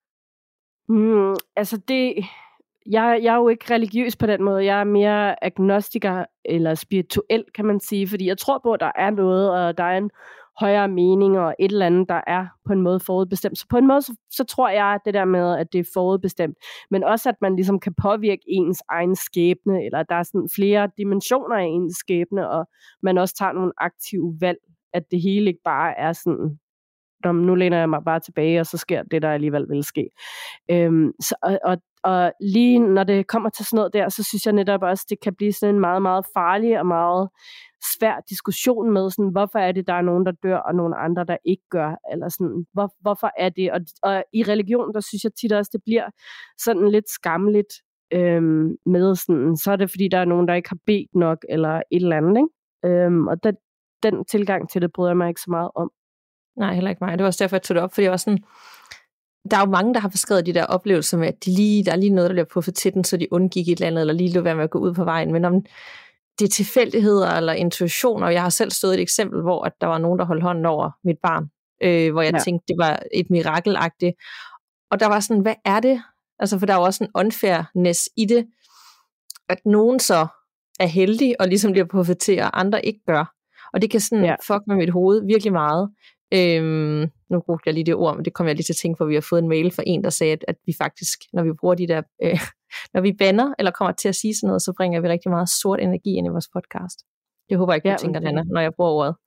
Altså jeg er jo ikke religiøs på den måde. Jeg er mere agnostiker eller spirituel, kan man sige, fordi jeg tror på, at der er noget, og der er en højere mening og et eller andet, der er på en måde forudbestemt. Så på en måde, så tror jeg det der med, at det er forudbestemt, men også at man ligesom kan påvirke ens egen skæbne, eller der er sådan flere dimensioner af ens skæbne, og man også tager nogle aktive valg, at det hele ikke bare er sådan, nu læner jeg mig bare tilbage, og så sker det, der alligevel vil ske. Og lige når det kommer til sådan noget der, så synes jeg netop også, det kan blive sådan en meget, meget farlig og meget svær diskussion med, sådan, hvorfor er det, der er nogen, der dør, og nogle andre, der ikke gør, eller sådan, hvorfor er det? Og i religion, der synes jeg tit også, det bliver sådan lidt skamligt med sådan, så er det, fordi der er nogen, der ikke har bedt nok, eller et eller andet, ikke? Og den tilgang til det bryder jeg mig ikke så meget om. Nej, heller ikke mig. Det var også derfor, jeg tog det op, fordi jeg var sådan, der er jo mange, der har beskrevet de der oplevelser med, at der er lige noget, der bliver puffet til den, så de undgik et eller andet, eller lige lå være med at gå ud på vejen. Men om det er tilfældigheder eller intuition, og jeg har selv stået et eksempel, hvor at der var nogen, der holdt hånden over mit barn, hvor jeg tænkte, det var et mirakelagtigt. Og der var sådan, hvad er det? Altså, for der er jo også en unfairness i det, at nogen så er heldige, og ligesom bliver puffet til, og andre ikke gør. Og det kan sådan fuck med mit hoved virkelig meget. Nu brugte jeg lige det ord, men det kom jeg lige til at tænke på, at vi har fået en mail fra en, der sagde, at vi faktisk, når vi bruger de der, når vi bander, eller kommer til at sige sådan noget, så bringer vi rigtig meget sort energi ind i vores podcast. Det håber jeg ikke, du tænker, Nana, når jeg bruger ordet.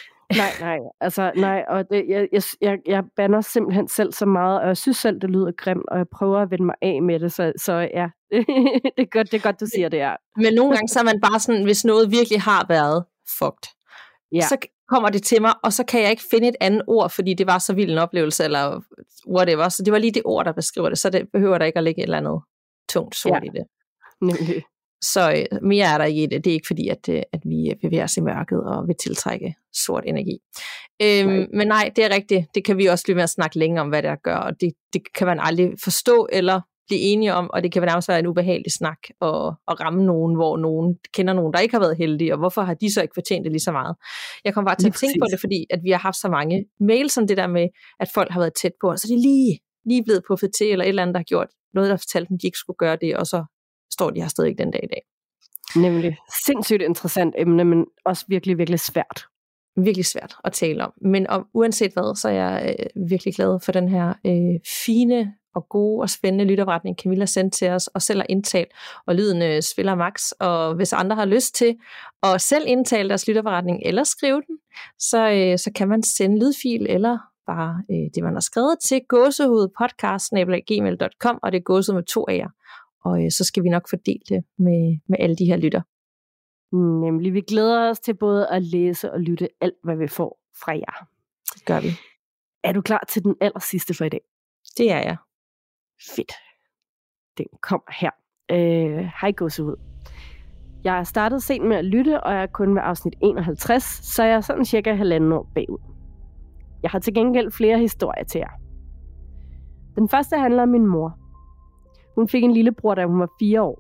Nej, og jeg bander simpelthen selv så meget, og jeg synes selv, det lyder grimt, og jeg prøver at vende mig af med det, så ja, det er godt, du siger det, ja. Men nogle gange så er man bare sådan, hvis noget virkelig har været fucked, så kommer det til mig, og så kan jeg ikke finde et andet ord, fordi det var så vild en oplevelse, eller whatever, så det var lige det ord, der beskriver det, så det behøver der ikke at lægge et eller andet tungt sort i det. Nemlig. Så mere er der ikke i det. Det er ikke fordi, at vi bevæger os i mørket og vil tiltrække sort energi. Men nej, det er rigtigt. Det kan vi også blive med at snakke længere om, hvad det er at gøre, og det kan man aldrig forstå eller blive enige om, og det kan nærmest være en ubehagelig snak og ramme nogen, hvor nogen kender nogen, der ikke har været heldige, og hvorfor har de så ikke fortjent det lige så meget? Jeg kom bare til at tænke på det, fordi at vi har haft så mange mails om det der med, at folk har været tæt på, og så er de lige blevet puffet til, eller et eller andet, der har gjort noget, der fortalte dem, de ikke skulle gøre det, og så står de her stadig ikke den dag i dag. Nemlig. Sindssygt interessant emne, men også virkelig, virkelig svært. Virkelig svært at tale om. Men uanset hvad, så er jeg virkelig glad for den her fine og gode og spændende lytopretning, Camilla sendte til os, og selv har indtalt, og lyden spiller max. Og hvis andre har lyst til at selv indtale deres lytopretning, eller skrive den, så kan man sende lydfil, eller bare det, man har skrevet til gåsehudpodcast@gmail.com, og det er gåsehud med 2 A'er. Og så skal vi nok fordele det med alle de her lytter. Nemlig, vi glæder os til både at læse og lytte alt, hvad vi får fra jer. Det gør vi. Er du klar til den allersidste for i dag? Det er jeg. Fedt. Den kommer her. Hej gåsehud. Jeg har startet sent med at lytte, og jeg er kun ved afsnit 51, så jeg er sådan cirka 1,5 år bagud. Jeg har til gengæld flere historier til jer. Den første handler om min mor. Hun fik en lillebror, da hun var 4 år.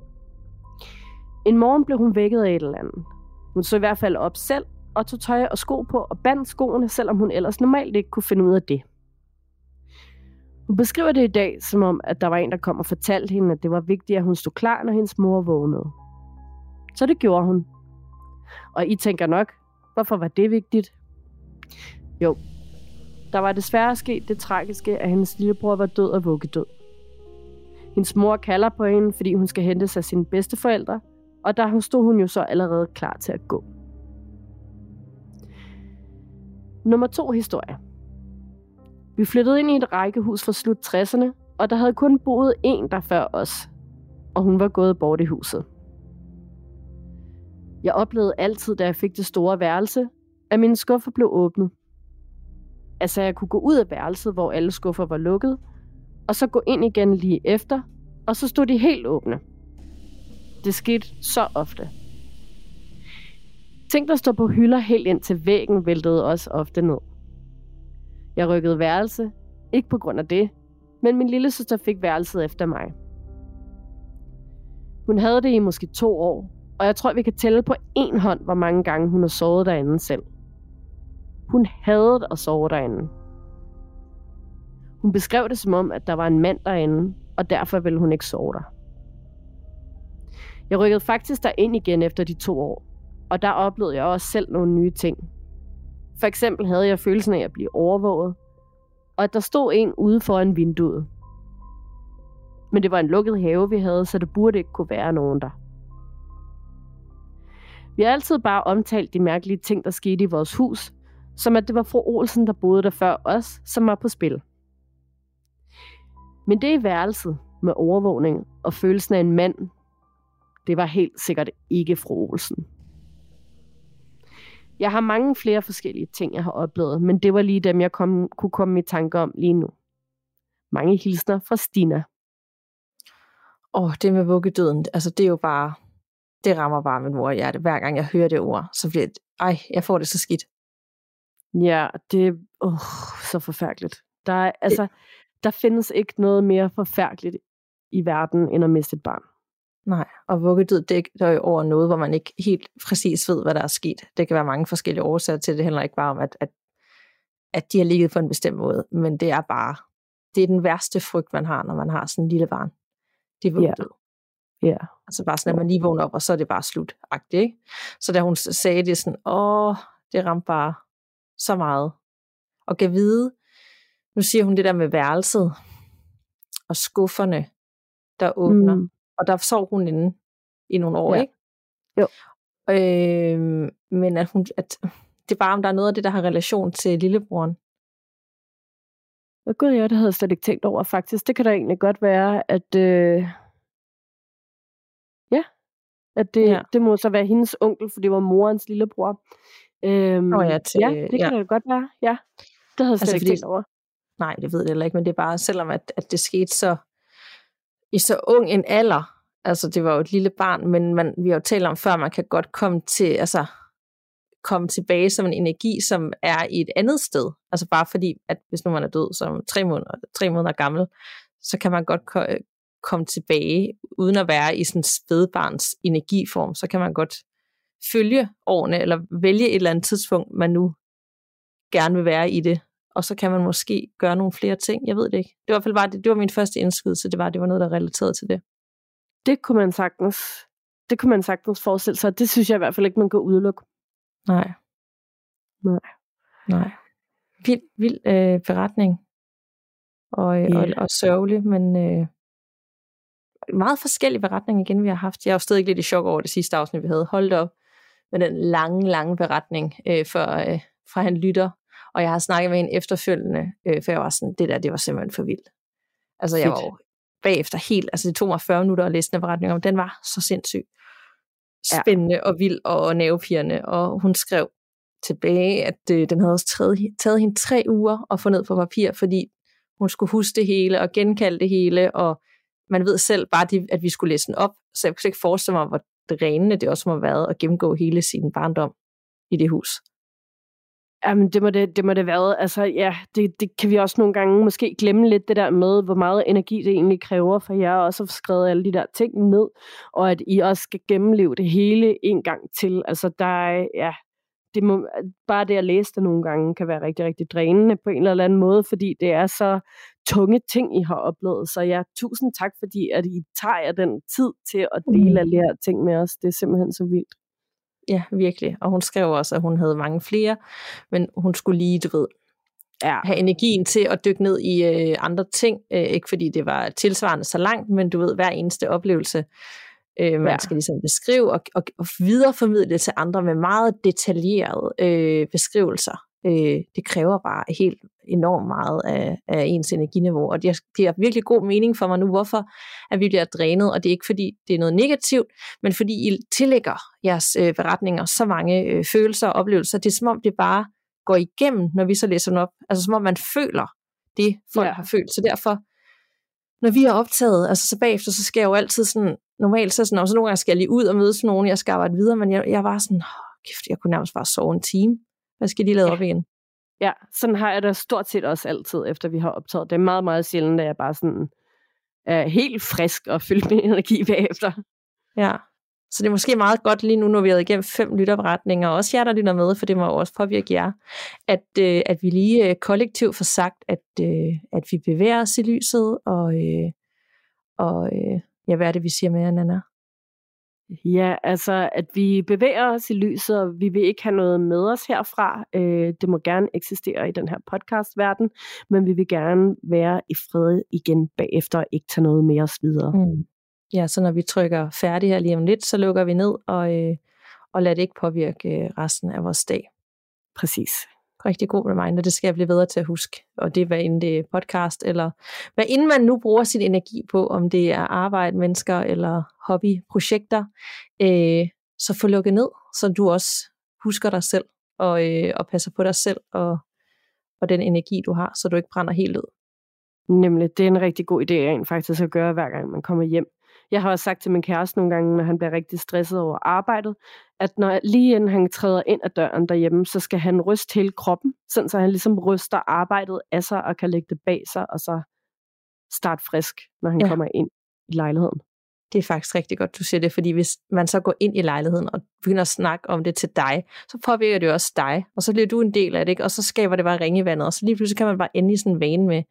En morgen blev hun vækket af et eller andet. Hun så i hvert fald op selv, og tog tøj og sko på og bandt skoene, selvom hun ellers normalt ikke kunne finde ud af det. Hun beskriver det i dag, som om, at der var en, der kom og fortalte hende, at det var vigtigt, at hun stod klar, når hendes mor vågnede. Så det gjorde hun. Og I tænker nok, hvorfor var det vigtigt? Jo, der var desværre sket det tragiske, at hendes lillebror var død af vuggedød. Hendes mor kalder på hende, fordi hun skal hentes af sine bedsteforældre, og der stod hun jo så allerede klar til at gå. Nummer 2 historie. Vi flyttede ind i et rækkehus fra slut 60'erne, og der havde kun boet en der før os, og hun var gået bort i huset. Jeg oplevede altid, da jeg fik det store værelse, at mine skuffer blev åbnet. Altså, jeg kunne gå ud af værelset, hvor alle skuffer var lukket, og så gå ind igen lige efter, og så stod de helt åbne. Det skete så ofte. Ting, der stod på hylder helt ind til væggen, væltede også ofte ned. Jeg rykkede værelse, ikke på grund af det, men min lillesøster fik værelset efter mig. Hun havde det i måske 2 år, og jeg tror, vi kan tælle på 1 hånd, hvor mange gange hun har sovet derinde selv. Hun hadede at sove derinde. Hun beskrev det som om, at der var en mand derinde, og derfor ville hun ikke sove der. Jeg rykkede faktisk derind igen efter de 2 år, og der oplevede jeg også selv nogle nye ting. For eksempel havde jeg følelsen af at blive overvåget, og at der stod en ude foran vinduet. Men det var en lukket have, vi havde, så det burde ikke kunne være nogen der. Vi har altid bare omtalt de mærkelige ting, der skete i vores hus, som at det var fru Olsen, der boede der før os, som var på spil. Men det i værelset med overvågning og følelsen af en mand, det var helt sikkert ikke fru Olsen. Jeg har mange flere forskellige ting, jeg har oplevet, men det var lige dem, jeg kunne komme i tanke om lige nu. Mange hilsner fra Stina. Det med vuggedøden, altså det er jo bare, det rammer bare min mor i hjertet. Hver gang jeg hører det ord, så bliver det, jeg får det så skidt. Ja, det er så forfærdeligt. Der findes ikke noget mere forfærdeligt i verden, end at miste et barn. Nej, og vuggedød, det er jo over noget, hvor man ikke helt præcis ved, hvad der er sket. Det kan være mange forskellige årsager til. Det handler ikke bare om, at de har ligget på en bestemt måde, men det er den værste frygt, man har, når man har sådan en lille barn. Det er vuggedød. Ja. Altså bare sådan, at man lige vågner op, og så er det bare slut-agtigt, ikke? Så da hun sagde det sådan, det ramte bare så meget. Og kan vide, nu siger hun det der med værelset, og skufferne, der åbner. Og der sov hun inde i nogle år, ikke? Jo. Men at det er bare, om der er noget af det, der har relation til lillebroren. Gud, det havde jeg slet ikke tænkt over, faktisk. Det kan da egentlig godt være, at det må så være hendes onkel, for det var morens lillebror. Det kan da godt være, ja. Det havde jeg slet ikke tænkt over. Nej, det ved jeg heller ikke, men det er bare, selvom at det skete så i så ung en alder, altså det var jo et lille barn, men vi har jo talt om før, man kan godt komme tilbage som en energi, som er i et andet sted. Altså bare fordi, at hvis nu man er død som 3 måneder gammel, så kan man godt komme tilbage, uden at være i sådan en spædbarns energiform, så kan man godt følge årene, eller vælge et eller andet tidspunkt, man nu gerne vil være i det. Og så kan man måske gøre nogle flere ting. Jeg ved det ikke. Det var i hvert fald bare det var min første indskydelse. Det var noget, der relaterede til det. Det kunne man sagtens forestille sig. Det synes jeg i hvert fald ikke, man kan udelukke. Nej. Vild beretning. Og sørgelig, men meget forskellige beretninger igen, vi har haft. Jeg er jo stadig lidt i chok over det sidste afsnit, vi havde. Holdt op med den lange beretning fra han lytter. Og jeg har snakket med hende efterfølgende, for jeg var sådan, det var simpelthen for vildt. Altså jeg var jo bagefter helt, altså det tog mig 40 minutter at læse den beretning om, den var så sindssyg. Spændende og vild og nervepirrende, og hun skrev tilbage, at den havde også taget hende 3 uger at få ned på papir, fordi hun skulle huske det hele og genkalde det hele, og man ved selv bare, at vi skulle læse den op, så jeg kunne ikke forestille mig, hvor drænende det også må have været at gennemgå hele sin barndom i det hus. Jamen, det må det være. Altså, ja, det kan vi også nogle gange måske glemme lidt, det der med, hvor meget energi det egentlig kræver, for jeg også har skrevet alle de der ting ned, og at I også skal gennemleve det hele en gang til. Altså, der er, ja, bare det at læse det nogle gange kan være rigtig, rigtig drænende på en eller anden måde, fordi det er så tunge ting, I har oplevet. Så ja, tusind tak, fordi at I tager jer den tid til at dele alle de her ting med os. Det er simpelthen så vildt. Ja, virkelig. Og hun skrev også, at hun havde mange flere, men hun skulle lige, have energien til at dykke ned i andre ting. Ikke fordi det var tilsvarende så langt, men du ved, hver eneste oplevelse, man skal ligesom beskrive og videreformidle til andre med meget detaljerede beskrivelser. Det kræver bare helt enormt meget af ens energiniveau, og det har virkelig god mening for mig nu, hvorfor at vi bliver drænet, og det er ikke fordi det er noget negativt, men fordi I tillægger jeres beretninger så mange følelser og oplevelser. Det er som om det bare går igennem, når vi så læser den op, altså som om man føler det, folk har følt, så derfor når vi har optaget, altså så bagefter, så skal jeg jo altid sådan, normalt så sådan, og så nogle gange skal jeg lige ud og mødes med nogen, jeg skal arbejde videre, men jeg var sådan, kæft, jeg kunne nærmest bare sove en time. Jeg skal lige lade op igen. Ja, sådan har jeg det stort set også altid, efter vi har optaget. Det er meget, meget sjældent, at jeg bare sådan er helt frisk og fyldt med energi bagefter. Ja, så det er måske meget godt lige nu, når vi har igennem 5 lytterberetninger, og også jer, der lytter med, for det må jo også påvirke jer, at vi lige kollektivt får sagt, at vi bevæger os i lyset, og hvad er det, vi siger med jer, Nanna? Ja, altså, at vi bevæger os i lyset, og vi vil ikke have noget med os herfra. Det må gerne eksistere i den her podcastverden, men vi vil gerne være i fred igen bagefter, og ikke tage noget med os videre. Ja, så når vi trykker færdig her lige om lidt, så lukker vi ned, og lader det ikke påvirke resten af vores dag. Præcis. Rigtig god reminder, det skal jeg blive bedre til at huske. Og det er, hvad inden det er podcast, eller hvad inden man nu bruger sin energi på, om det er arbejde, mennesker eller hobbyprojekter, så få lukket ned, så du også husker dig selv, og passer på dig selv, og den energi, du har, så du ikke brænder helt ud. Nemlig, det er en rigtig god idé rent faktisk at gøre, hver gang man kommer hjem. Jeg har også sagt til min kæreste nogle gange, når han bliver rigtig stresset over arbejdet, at når lige inden han træder ind ad døren derhjemme, så skal han ryste hele kroppen, sådan så han ligesom ryster arbejdet af sig og kan lægge det bag sig, og så starte frisk, når han kommer ind i lejligheden. Det er faktisk rigtig godt, du siger det, fordi hvis man så går ind i lejligheden og begynder at snakke om det til dig, så påvirker det jo også dig, og så bliver du en del af det, ikke? Og så skaber det bare ringe i vandet, og så lige pludselig kan man bare ende i sådan en vane med,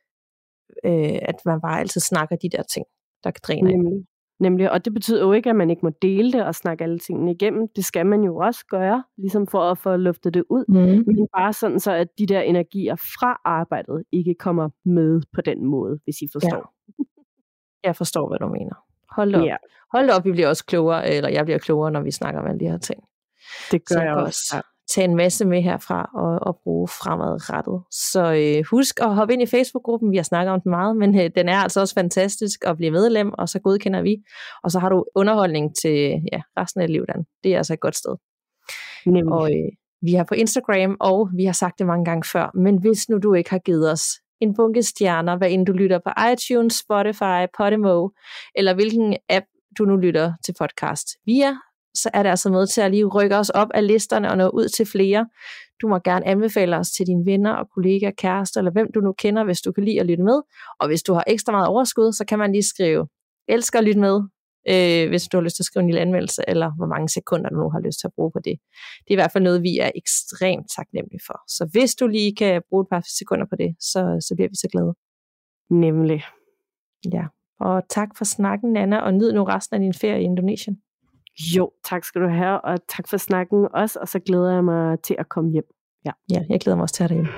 at man bare altid snakker de der ting, der kan dræne. Nemlig, og det betyder jo ikke, at man ikke må dele det og snakke alle tingene igennem. Det skal man jo også gøre, ligesom for at få luftet det ud. Men bare sådan så, at de der energier fra arbejdet ikke kommer med på den måde, hvis I forstår. Ja. Jeg forstår, hvad du mener. Hold op. Ja. Hold op, vi bliver også klogere, eller jeg bliver klogere, når vi snakker om alle de her ting. Det gør jeg også. Tage en masse med herfra og bruge fremadrettet. Så husk at hoppe ind i Facebook-gruppen. Vi har snakket om den meget, men den er altså også fantastisk at blive medlem, og så godkender vi. Og så har du underholdning til resten af livet. Det er altså et godt sted. Nemlig. Og vi er på Instagram, og vi har sagt det mange gange før, men hvis nu du ikke har givet os en bunke stjerner, hvad end du lytter på iTunes, Spotify, Podimo, eller hvilken app du nu lytter til podcast via, så er det altså med til at lige rykke os op af listerne og nå ud til flere. Du må gerne anbefale os til dine venner og kollegaer, kærester, eller hvem du nu kender, hvis du kan lide at lytte med. Og hvis du har ekstra meget overskud, så kan man lige skrive, elsker at lytte med, hvis du har lyst til at skrive en lille anmeldelse, eller hvor mange sekunder du nu har lyst til at bruge på det. Det er i hvert fald noget, vi er ekstremt taknemmelige for. Så hvis du lige kan bruge et par sekunder på det, så bliver vi så glade. Nemlig. Ja, og tak for snakken, Nanna, og nyd nu resten af din ferie i Indonesien. Jo, tak skal du have, og tak for snakken også, og så glæder jeg mig til at komme hjem. Ja, jeg glæder mig også til at hjem.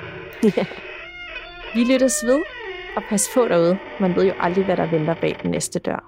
Vi lyttes ved, og pas på derude. Man ved jo aldrig, hvad der venter bag den næste dør.